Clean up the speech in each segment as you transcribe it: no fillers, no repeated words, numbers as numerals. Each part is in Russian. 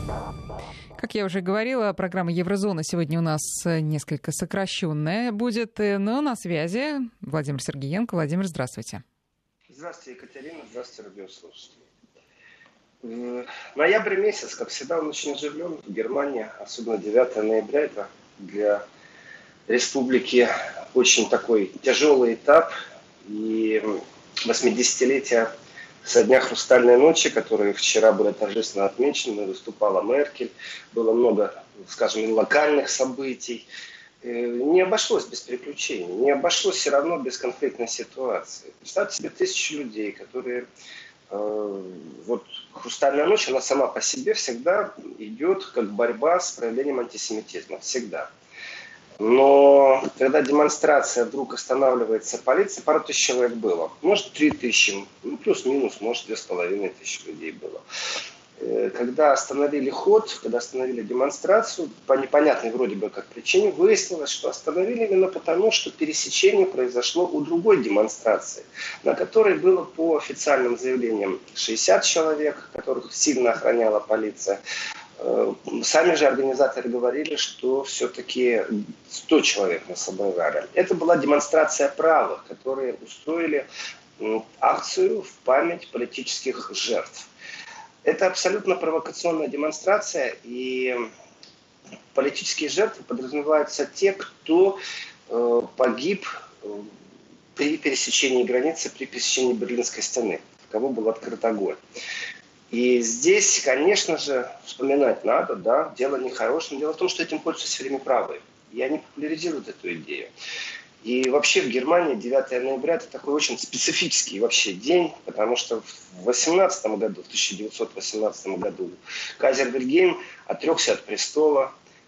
Как я уже говорила, программа «Еврозона» сегодня у нас несколько сокращенная будет, но на связи Владимир Сергеенко. Владимир, здравствуйте. Здравствуйте, Екатерина. Здравствуйте, радиослушатели. Ноябрь месяц, как всегда, он очень оживлен в Германии, особенно 9 ноября. Это для республики очень такой тяжелый этап. И 80-летие со дня Хрустальной ночи, которые вчера были торжественно отмечены, выступала Меркель, было много, скажем, локальных событий. Не обошлось без приключений, не обошлось все равно без конфликтной ситуации. Представьте себе 1000 людей, которые... Вот Хрустальная ночь, она сама по себе всегда идет как борьба с проявлением антисемитизма. Всегда. Но когда демонстрация вдруг останавливается полиция, пару тысяч человек было. Может 3000, ну, плюс-минус, может 2500 людей было. Когда остановили ход, когда остановили демонстрацию, по непонятной вроде бы как причине, выяснилось, что остановили именно потому, что пересечение произошло у другой демонстрации, на которой было по официальным заявлениям 60 человек, которых сильно охраняла полиция. Сами же организаторы говорили, что все-таки 100 человек нас собрали. Это была демонстрация правых, которые устроили акцию в память политических жертв. Это абсолютно провокационная демонстрация, и политические жертвы подразумеваются те, кто погиб при пересечении границы, при пересечении Берлинской стены, в кого был открыт огонь. И здесь, конечно же, вспоминать надо, да, дело нехорошее. Дело в том, что этим пользуются все время правые. И они популяризируют эту идею. И вообще в Германии 9 ноября это такой очень специфический вообще день, потому что в 1918 году кайзер Вильгельм отрекся от престола.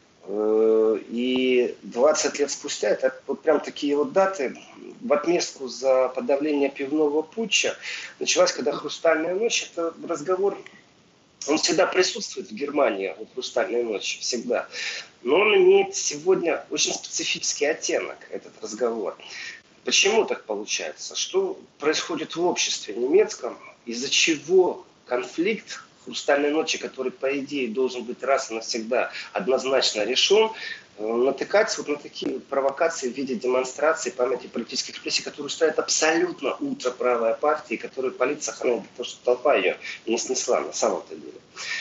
И 20 лет спустя, это вот прям такие вот даты, в отместку за подавление пивного путча, началась когда Хрустальная ночь, это разговор, он всегда присутствует в Германии, у Хрустальной ночи, всегда. Но он имеет сегодня очень специфический оттенок, этот разговор. Почему так получается? Что происходит в обществе немецком, из-за чего конфликт Хрустальной ночи, который, по идее, должен быть раз и навсегда однозначно решен, натыкаться вот на такие провокации в виде демонстраций памяти политических репрессий, которые стоят абсолютно ультраправая партия, которую полиция охраняет для того, чтобы толпа ее не снесла на самом-то деле.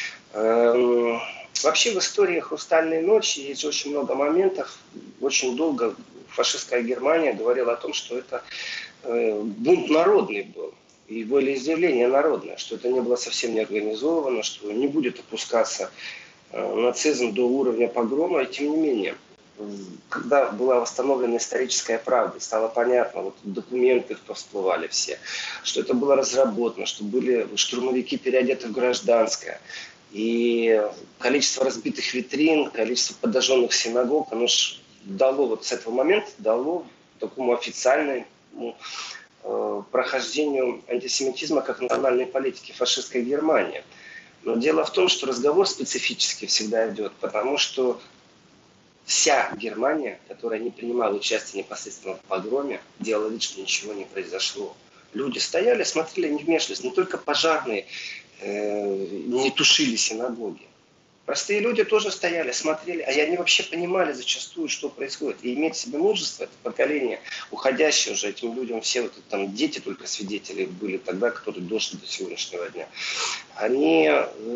Вообще в истории Хрустальной ночи есть очень много моментов. Очень долго фашистская Германия говорила о том, что это бунт народный был. И волеизъявление народное, что это не было совсем не организовано, что не будет опускаться нацизм до уровня погрома. И тем не менее, когда была восстановлена историческая правда, стало понятно, вот документы всплывали все, что это было разработано, что были штурмовики переодеты в гражданское. И количество разбитых витрин, количество подожженных синагог, оно же дало вот с этого момента, дало такому официальному прохождению антисемитизма как национальной политики фашистской Германии. Но дело в том, что разговор специфически всегда идет, потому что вся Германия, которая не принимала участие непосредственно в погроме, делала вид, что ничего не произошло. Люди стояли, смотрели, не вмешивались. Не только пожарные не тушили синагоги. Простые люди тоже стояли, смотрели, а они вообще понимали зачастую, что происходит. И иметь в себе мужество, это поколение, уходящее уже этим людям, все вот там дети только свидетели были тогда, которые дошли до сегодняшнего дня. Они,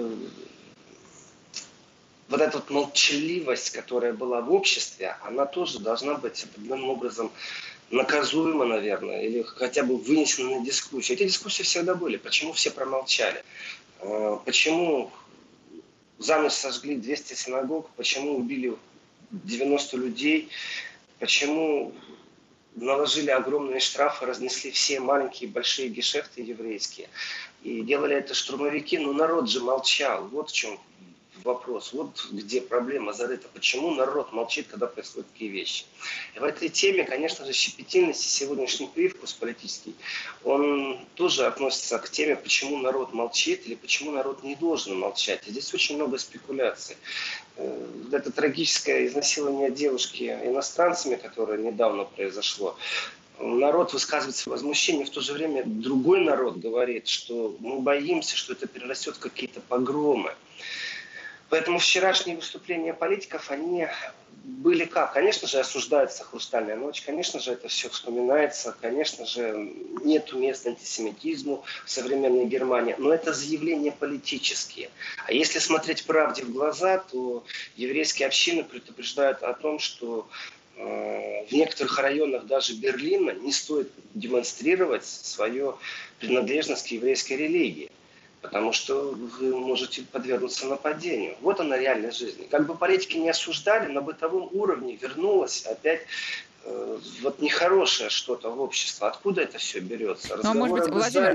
вот эта вот молчаливость, которая была в обществе, она тоже должна быть определенным образом наказуема, наверное, или хотя бы вынесена на дискуссию. Эти дискуссии всегда были. Почему все промолчали? Почему за ночь сожгли 200 синагог, почему убили 90 людей, почему наложили огромные штрафы, разнесли все маленькие и большие гешефты еврейские. И делали это штурмовики, но народ же молчал. Вот в чем вопрос, вот где проблема зарыта. Почему народ молчит, когда происходят такие вещи? И в этой теме, конечно же, щепетильность и сегодняшний привкус политический, он тоже относится к теме, почему народ молчит или почему народ не должен молчать. И здесь очень много спекуляций. Это трагическое изнасилование девушки иностранцами, которое недавно произошло. Народ высказывает свое возмущение, в то же время другой народ говорит, что мы боимся, что это перерастет в какие-то погромы. Поэтому вчерашние выступления политиков, они были как? Конечно же, осуждается «Хрустальная ночь», конечно же, это все вспоминается, конечно же, нету места антисемитизму в современной Германии, но это заявления политические. А если смотреть правде в глаза, то еврейские общины предупреждают о том, что в некоторых районах даже Берлина не стоит демонстрировать свою принадлежность к еврейской религии. Потому что вы можете подвергнуться нападению. Вот она реальность жизни. Как бы политики не осуждали, на бытовом уровне вернулось опять вот нехорошее что-то в общество. Откуда это все берется? Ну, а может быть, Владимир,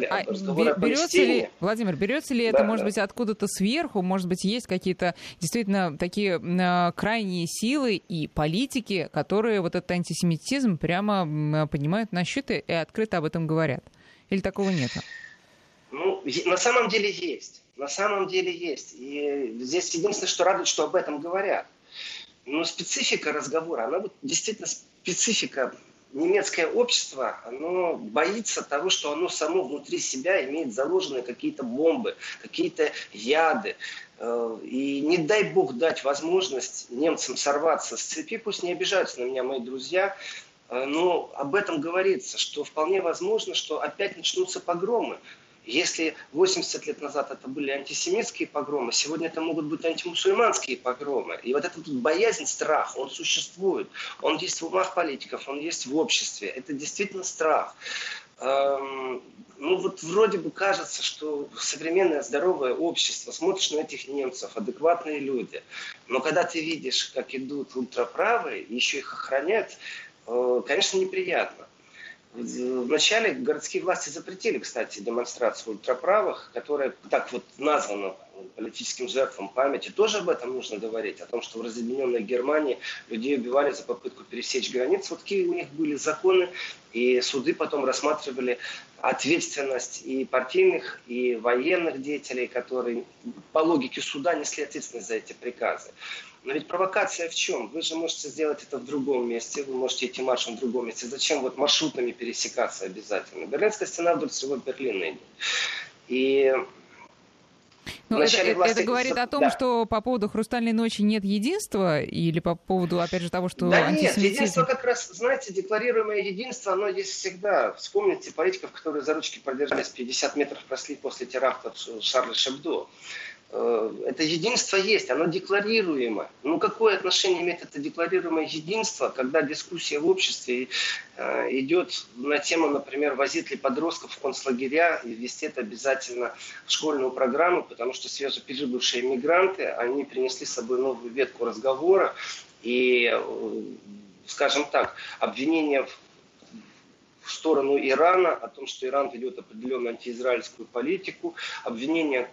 берется ли это, да, может быть, откуда-то сверху? Может быть, есть какие-то действительно такие крайние силы и политики, которые вот этот антисемитизм прямо поднимают на счеты и открыто об этом говорят? Или такого нет? Ну, на самом деле есть. На самом деле есть. И здесь единственное, что радует, что об этом говорят. Но специфика разговора, она вот действительно специфика. Немецкое общество, оно боится того, что оно само внутри себя имеет заложенные какие-то бомбы, какие-то яды. И не дай бог дать возможность немцам сорваться с цепи, пусть не обижаются на меня мои друзья, но об этом говорится, что вполне возможно, что опять начнутся погромы. Если 80 лет назад это были антисемитские погромы, сегодня это могут быть антимусульманские погромы. И вот этот боязнь, страх, он существует. Он есть в умах политиков, он есть в обществе. Это действительно страх. Ну вот вроде бы кажется, что современное здоровое общество, смотришь на этих немцев, адекватные люди. Но когда ты видишь, как идут ультраправые, еще их охраняют, конечно, неприятно. Вначале городские власти запретили, кстати, демонстрацию ультраправых, которая так вот названа политическим жертвам памяти. Тоже об этом нужно говорить, о том, что в разъединенной Германии людей убивали за попытку пересечь границу. Вот какие у них были законы, и суды потом рассматривали ответственность и партийных, и военных деятелей, которые по логике суда несли ответственность за эти приказы. Но ведь провокация в чем? Вы же можете сделать это в другом месте, вы можете идти маршем в другом месте. Зачем вот маршрутами пересекаться обязательно? Берлинская стена вдоль всего Берлина идет. И это говорит о том, что по поводу «Хрустальной ночи» нет единства? Или по поводу, опять же, того, что антисемитизм? Нет, единство как раз, знаете, декларируемое единство, оно есть всегда. Вспомните политиков, которые за ручки продержались, 50 метров прошли после теракта Шарля Шебдо. Это единство есть, оно декларируемо. Ну, какое отношение имеет это декларируемое единство, когда дискуссия в обществе идет на тему, например, возить ли подростков в концлагеря и ввести это обязательно в школьную программу, потому что свежеприбывшие мигранты, они принесли с собой новую ветку разговора и, скажем так, обвинения в сторону Ирана, о том, что Иран ведет определенную антиизраильскую политику, обвинения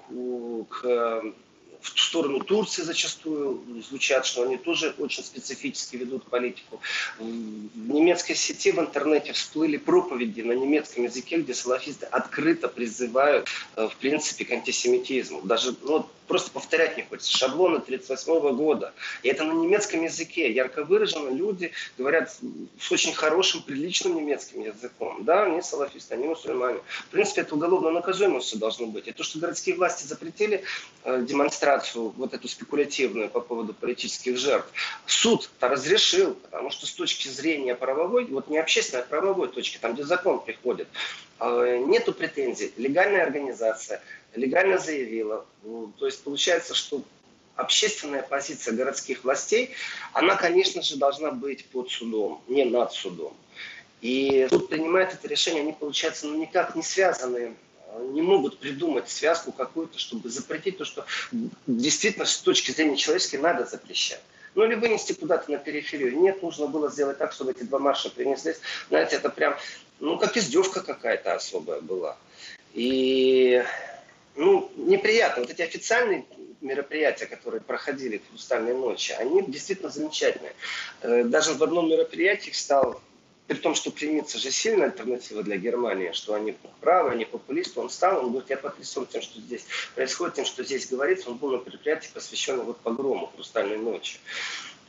в сторону Турции зачастую звучат, что они тоже очень специфически ведут политику. В немецкой сети, в интернете всплыли проповеди на немецком языке, где салафисты открыто призывают, в принципе, к антисемитизму. Даже просто повторять не хочется. Шаблоны 1938 года. И это на немецком языке. Ярко выражено. Люди говорят с очень хорошим, приличным немецким языком. Да, они салафисты, они мусульмане. В принципе, это уголовно наказуемо все должно быть. И то, что городские власти запретили демонстрацию, вот эту спекулятивную по поводу политических жертв, суд-то разрешил, потому что с точки зрения правовой, вот не общественной, а правовой точки, там, где закон приходит, нету претензий. Легальная организация легально заявила. То есть получается, что общественная позиция городских властей, она, конечно же, должна быть под судом, не над судом. И суд принимает это решение, они, получается, никак не связаны, не могут придумать связку какую-то, чтобы запретить то, что действительно с точки зрения человеческой надо запрещать. Ну или вынести куда-то на периферию. Нет, нужно было сделать так, чтобы эти два марша принеслись. Знаете, это прям, как издевка какая-то особая была. И неприятно. Вот эти официальные мероприятия, которые проходили в «Хрустальной ночи», они действительно замечательные. Даже в одном мероприятии встал, при том, что Кремница же сильная альтернатива для Германии, что они правы, они популисты, он встал, он говорит, я потрясен тем, что здесь происходит, тем, что здесь говорится. Он был на мероприятии, посвященном погрому «Хрустальной ночи».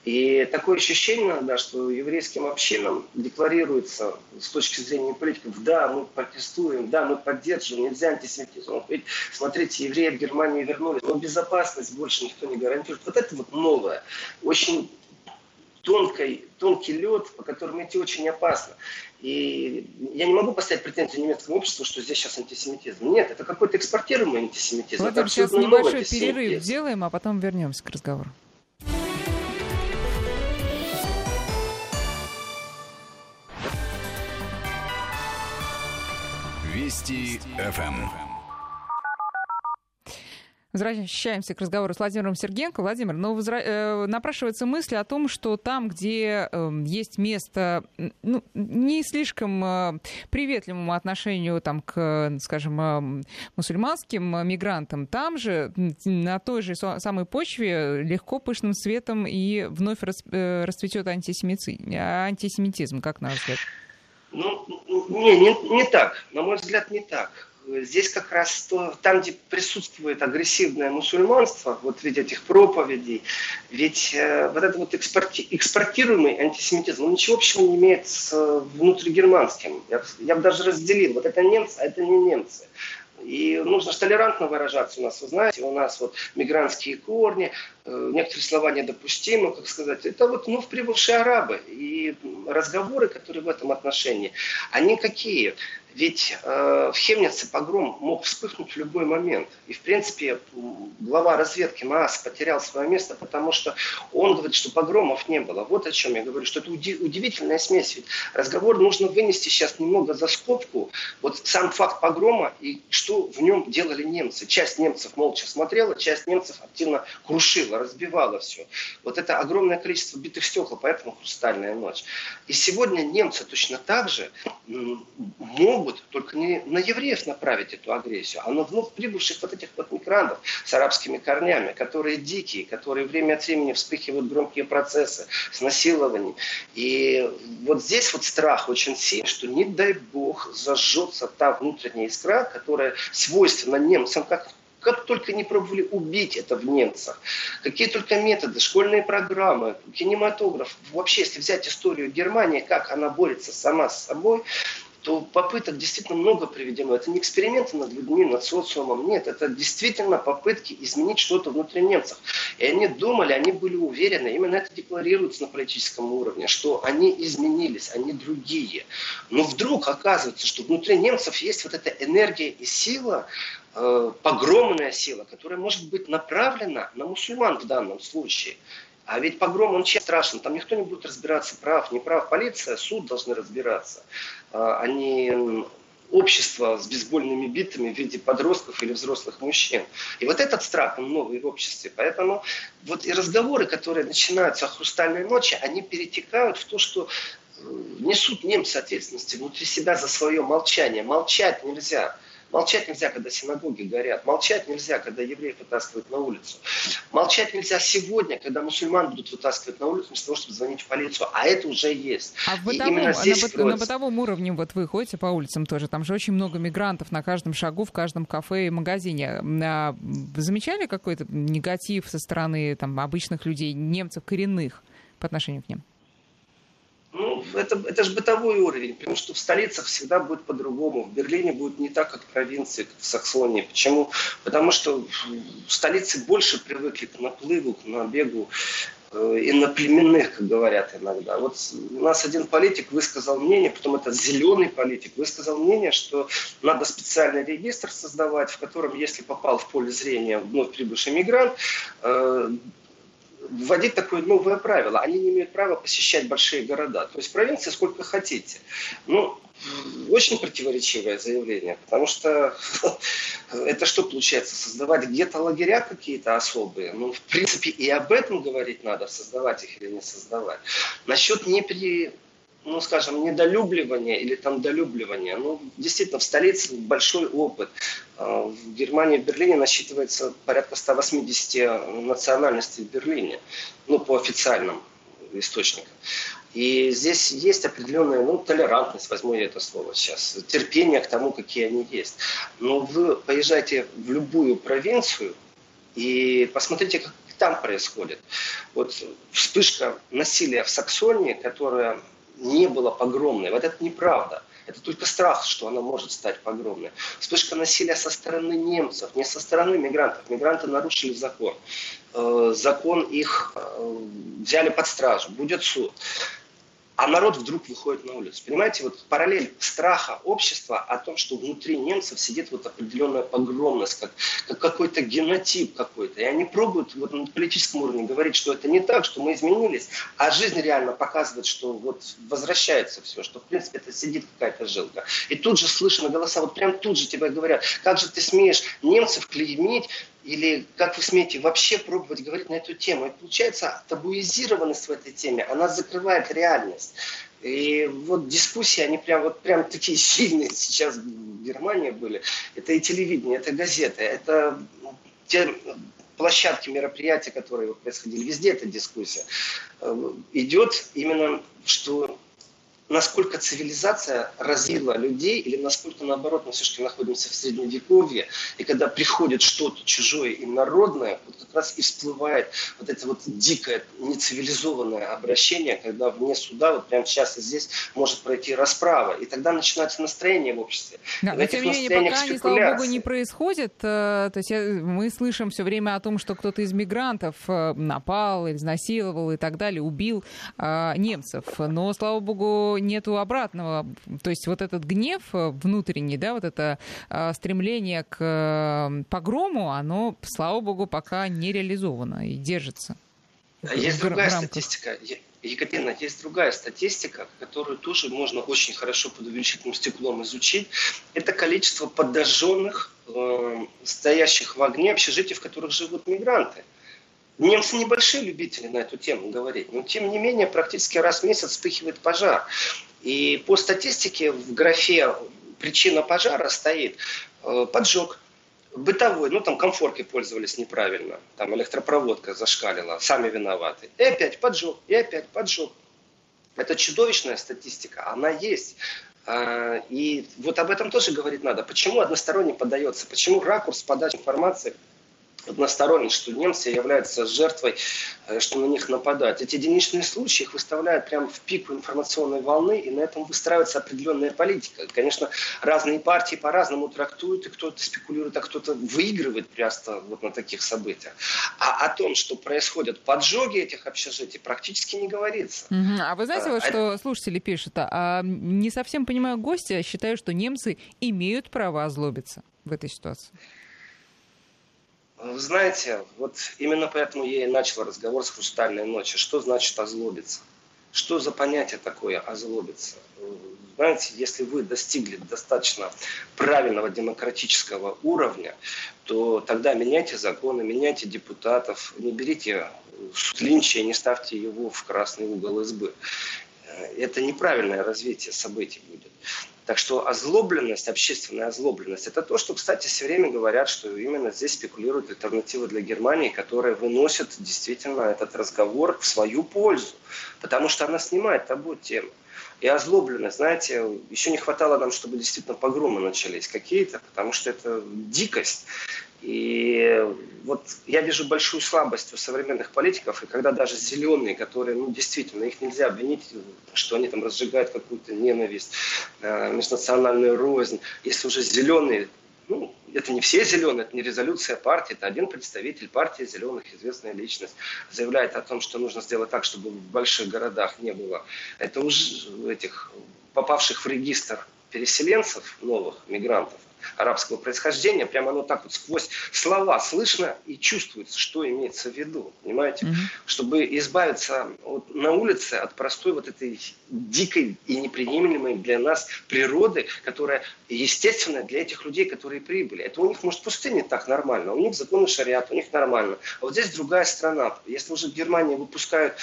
И такое ощущение иногда, что еврейским общинам декларируется с точки зрения политиков: да, мы протестуем, да, мы поддерживаем, нельзя антисемитизм. Ведь, смотрите, евреи в Германию вернулись, но безопасность больше никто не гарантирует. Вот это вот новое, очень тонкий лед, по которому идти очень опасно. И я не могу поставить претензию немецкому обществу, что здесь сейчас антисемитизм. Нет, это какой-то экспортируемый антисемитизм. Владимир, сейчас небольшой перерыв сделаем, а потом вернемся к разговору. Вести ФМ. Возвращаемся к разговору с Владимиром Сергеенко. Владимир, напрашивается мысль о том, что там, где есть место не слишком приветливому отношению там, к, скажем, мусульманским мигрантам, там же на той же самой почве легко пышным цветом и вновь расцветет антисемитизм, как на ваш взгляд? Не так. На мой взгляд, не так. Здесь как раз там, где присутствует агрессивное мусульманство, вот в виде этих проповедей, ведь вот этот вот экспортируемый антисемитизм, он ничего общего не имеет с внутригерманским. Я бы даже разделил. Вот это немцы, а это не немцы. И нужно же толерантно выражаться у нас. Вы знаете, у нас вот мигрантские корни, некоторые слова недопустимы, как сказать. Это вот прибывшие арабы. И разговоры, которые в этом отношении, они какие? Ведь в Хемнице погром мог вспыхнуть в любой момент. И, в принципе, глава разведки МААС потерял свое место, потому что он говорит, что погромов не было. Вот о чем я говорю, что это удивительная смесь. Ведь разговор нужно вынести сейчас немного за скобку. Вот сам факт погрома и что в нем делали немцы. Часть немцев молча смотрела, часть немцев активно крушила, разбивала все. Вот это огромное количество битых стекол, поэтому «Хрустальная ночь». И сегодня немцы точно так же могут только не на евреев направить эту агрессию, а на вновь прибывших вот этих вот мигрантов с арабскими корнями, которые дикие, которые время от времени вспыхивают громкие процессы с насилованием. И вот здесь вот страх очень сильный, что не дай бог зажжется та внутренняя искра, которая свойственна немцам, как только не пробовали убить это в немцах. Какие только методы, школьные программы, кинематограф. Вообще, если взять историю Германии, как она борется сама с собой, то попыток действительно много приведено. Это не эксперименты над людьми, над социумом. Нет, это действительно попытки изменить что-то внутри немцев. И они думали, они были уверены, именно это декларируется на политическом уровне, что они изменились, они другие. Но вдруг оказывается, что внутри немцев есть вот эта энергия и сила, погромная сила, которая может быть направлена на мусульман в данном случае. А ведь погром, он чем страшен? Там никто не будет разбираться, прав, не прав. Полиция, суд должны разбираться. А не общество с бейсбольными битами в виде подростков или взрослых мужчин. И вот этот страх, он новый в обществе. Поэтому вот и разговоры, которые начинаются о «Хрустальной ночи», они перетекают в то, что несут немцы ответственности внутри себя за свое молчание. Молчать нельзя. Молчать нельзя, когда синагоги горят. Молчать нельзя, когда евреев вытаскивают на улицу. Молчать нельзя сегодня, когда мусульман будут вытаскивать на улицу вместо того, чтобы звонить в полицию. А это уже есть. А на бытовом уровне вот вы ходите по улицам тоже. Там же очень много мигрантов на каждом шагу, в каждом кафе и магазине. Вы замечали какой-то негатив со стороны там, обычных людей, немцев коренных по отношению к ним? Это же бытовой уровень, потому что в столицах всегда будет по-другому. В Берлине будет не так, как в провинции, как в Саксонии. Почему? Потому что в столице больше привыкли к наплыву, к набегу иноплеменных, как говорят иногда. Вот у нас один политик высказал мнение, потом это зеленый политик, высказал мнение, что надо специальный регистр создавать, в котором, если попал в поле зрения вновь прибывший мигрант, вводить такое новое правило. Они не имеют права посещать большие города. То есть провинции сколько хотите. Очень противоречивое заявление, потому что это что получается? Создавать где-то лагеря какие-то особые? В принципе, и об этом говорить надо, создавать их или не создавать. Насчет недолюбливания или там долюбливания. Действительно, в столице большой опыт. В Германии, в Берлине насчитывается порядка 180 национальностей в Берлине. По официальным источникам. И здесь есть определенная толерантность, возьму я это слово сейчас, терпение к тому, какие они есть. Но вы поезжайте в любую провинцию и посмотрите, как там происходит. Вот вспышка насилия в Саксонии, которая не была погромной, вот это неправда. Это только страх, что она может стать погромной. Вспышка насилия со стороны немцев, не со стороны мигрантов. Мигранты нарушили закон. Закон их взяли под стражу, будет суд. А народ вдруг выходит на улицу. Понимаете, вот параллель страха общества о том, что внутри немцев сидит вот определенная погромность, как какой-то генотип какой-то. И они пробуют вот на политическом уровне говорить, что это не так, что мы изменились, а жизнь реально показывает, что вот возвращается все, что в принципе это сидит какая-то жилка. И тут же слышно голоса, вот прям тут же тебе говорят, как же ты смеешь немцев клеймить, или как вы смеете вообще пробовать говорить на эту тему. И получается, табуизированность в этой теме, она закрывает реальность. И вот дискуссии, они прям такие сильные сейчас в Германии были. Это и телевидение, это газеты, это те площадки, мероприятия, которые происходили. Везде эта дискуссия идет именно, что насколько цивилизация развила людей, или насколько, наоборот, мы все-таки находимся в Средневековье, и когда приходит что-то чужое и народное, вот как раз и всплывает вот это вот дикое, нецивилизованное обращение, когда вне суда, вот прямо сейчас и здесь, может пройти расправа, и тогда начинается настроение в обществе. Да, но тем не менее, пока они, слава богу, не происходит, то есть мы слышим все время о том, что кто-то из мигрантов напал, изнасиловал и так далее, убил немцев, но, слава богу, нету обратного. То есть вот этот гнев внутренний, да, вот это стремление к погрому, оно, слава богу, пока не реализовано и держится. Есть другая статистика. Екатерина, есть другая статистика, которую тоже можно очень хорошо под увеличительным стеклом изучить. Это количество подожженных, стоящих в огне общежитий, в которых живут мигранты. Немцы небольшие любители на эту тему говорить, но тем не менее практически раз в месяц вспыхивает пожар. И по статистике в графе причина пожара стоит поджог бытовой, там комфоркой пользовались неправильно, там электропроводка зашкалила, сами виноваты. И опять поджог, и опять поджог. Это чудовищная статистика, она есть. И вот об этом тоже говорить надо. Почему односторонне подается, почему ракурс подачи информации односторонний, что немцы являются жертвой, что на них нападают. Эти единичные случаи их выставляют прямо в пику информационной волны, и на этом выстраивается определенная политика. Конечно, разные партии по-разному трактуют, и кто-то спекулирует, а кто-то выигрывает просто вот на таких событиях. А о том, что происходят поджоги этих общежитий, практически не говорится. А вы знаете, вот что слушатели пишут? Не совсем понимаю гостя, считаю, что немцы имеют право озлобиться в этой ситуации. Вы знаете, вот именно поэтому я и начал разговор с «Хрустальной ночи». Что значит озлобиться? Что за понятие такое озлобиться? Знаете, если вы достигли достаточно правильного демократического уровня, то тогда меняйте законы, меняйте депутатов, не берите суд Линча и не ставьте его в красный угол избы. Это неправильное развитие событий будет. Так что озлобленность, общественная озлобленность, это то, что, кстати, все время говорят, что именно здесь спекулируют альтернативы для Германии, которые выносят действительно этот разговор в свою пользу, потому что она снимает табу тему. И озлобленность, знаете, еще не хватало нам, чтобы действительно погромы начались какие-то, потому что это дикость. И вот я вижу большую слабость у современных политиков, и когда даже зеленые, которые, действительно, их нельзя обвинить, что они там разжигают какую-то ненависть, межнациональную рознь. Если уже зеленые, это не все зеленые, это не резолюция партии, это один представитель партии зеленых, известная личность, заявляет о том, что нужно сделать так, чтобы в больших городах не было. Это уже этих попавших в регистр переселенцев, новых мигрантов арабского происхождения, прямо оно так вот сквозь слова слышно и чувствуется, что имеется в виду, понимаете? Чтобы избавиться на улице от простой вот этой дикой и неприемлемой для нас природы, которая естественная для этих людей, которые прибыли. Это у них, может, в пустыне так нормально, у них законы шариат, у них нормально. А вот здесь другая страна. Если уже в Германии выпускают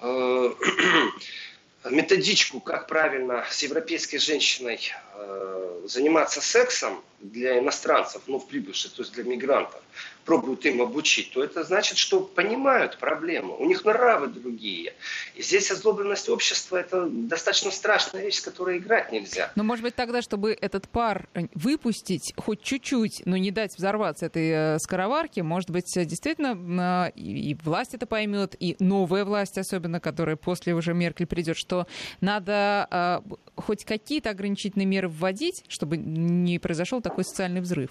методичку, как правильно с европейской женщиной заниматься сексом для иностранцев, в прибывших, то есть для мигрантов. пробуют им обучить, то это значит, что понимают проблему, у них нравы другие. И здесь озлобленность общества – это достаточно страшная вещь, с которой играть нельзя. Но, может быть, тогда, чтобы этот пар выпустить хоть чуть-чуть, но не дать взорваться этой скороварке, может быть, действительно и власть это поймет, и новая власть, особенно, которая после уже Меркель придет, что надо хоть какие-то ограничительные меры вводить, чтобы не произошел такой социальный взрыв?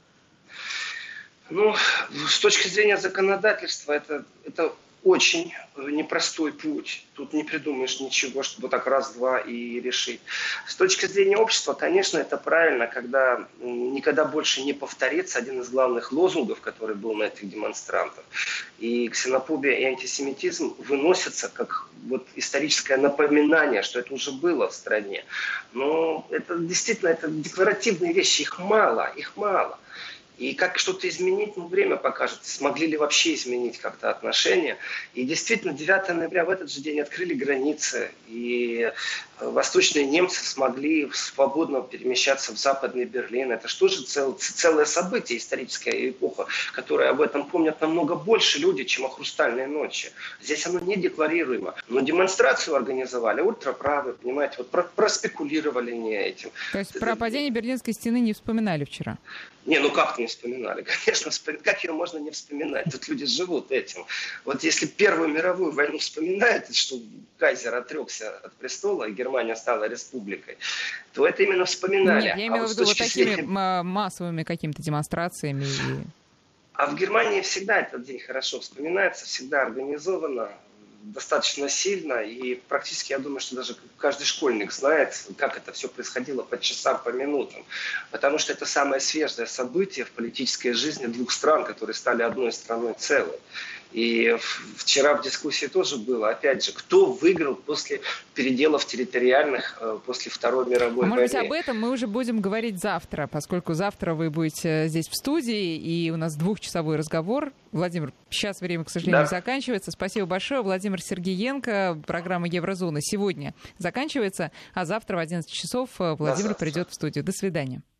Ну, с точки зрения законодательства, это очень непростой путь. Тут не придумаешь ничего, чтобы так раз-два и решить. С точки зрения общества, конечно, это правильно, когда никогда больше не повторится один из главных лозунгов, который был на этих демонстрантах. И ксенофобия и антисемитизм выносятся как вот историческое напоминание, что это уже было в стране. Но это действительно, это декларативные вещи, их мало. И как что-то изменить, время покажет, смогли ли вообще изменить как-то отношения. И действительно, 9 ноября в этот же день открыли границы, и восточные немцы смогли свободно перемещаться в Западный Берлин. Это что же целое событие, историческая эпоха, которая об этом помнят намного больше люди, чем о «Хрустальной ночи». Здесь оно не декларируемо. Но демонстрацию организовали ультраправые, понимаете, вот проспекулировали не этим. То есть про падение Берлинской стены не вспоминали вчера? Не, как не вспоминали? Конечно, как ее можно не вспоминать? Тут люди живут этим. Вот если Первую мировую войну вспоминают, что кайзер отрекся от престола, и Германия стала республикой, то это именно вспоминали. Нет, я имела в виду вот такими массовыми какими-то демонстрациями. А в Германии всегда этот день хорошо вспоминается, всегда организовано, достаточно сильно, и практически, я думаю, что даже каждый школьник знает, как это все происходило по часам, по минутам. Потому что это самое свежее событие в политической жизни двух стран, которые стали одной страной целой. И вчера в дискуссии тоже было, опять же, кто выиграл после переделов территориальных, после Второй мировой войны. Может быть, об этом мы уже будем говорить завтра, поскольку завтра вы будете здесь в студии, и у нас 2-часовой разговор. Владимир, сейчас время, к сожалению, заканчивается. Спасибо большое. Владимир Сергиенко, программа «Еврозона» сегодня заканчивается, а завтра в 11 часов Владимир придет в студию. До свидания.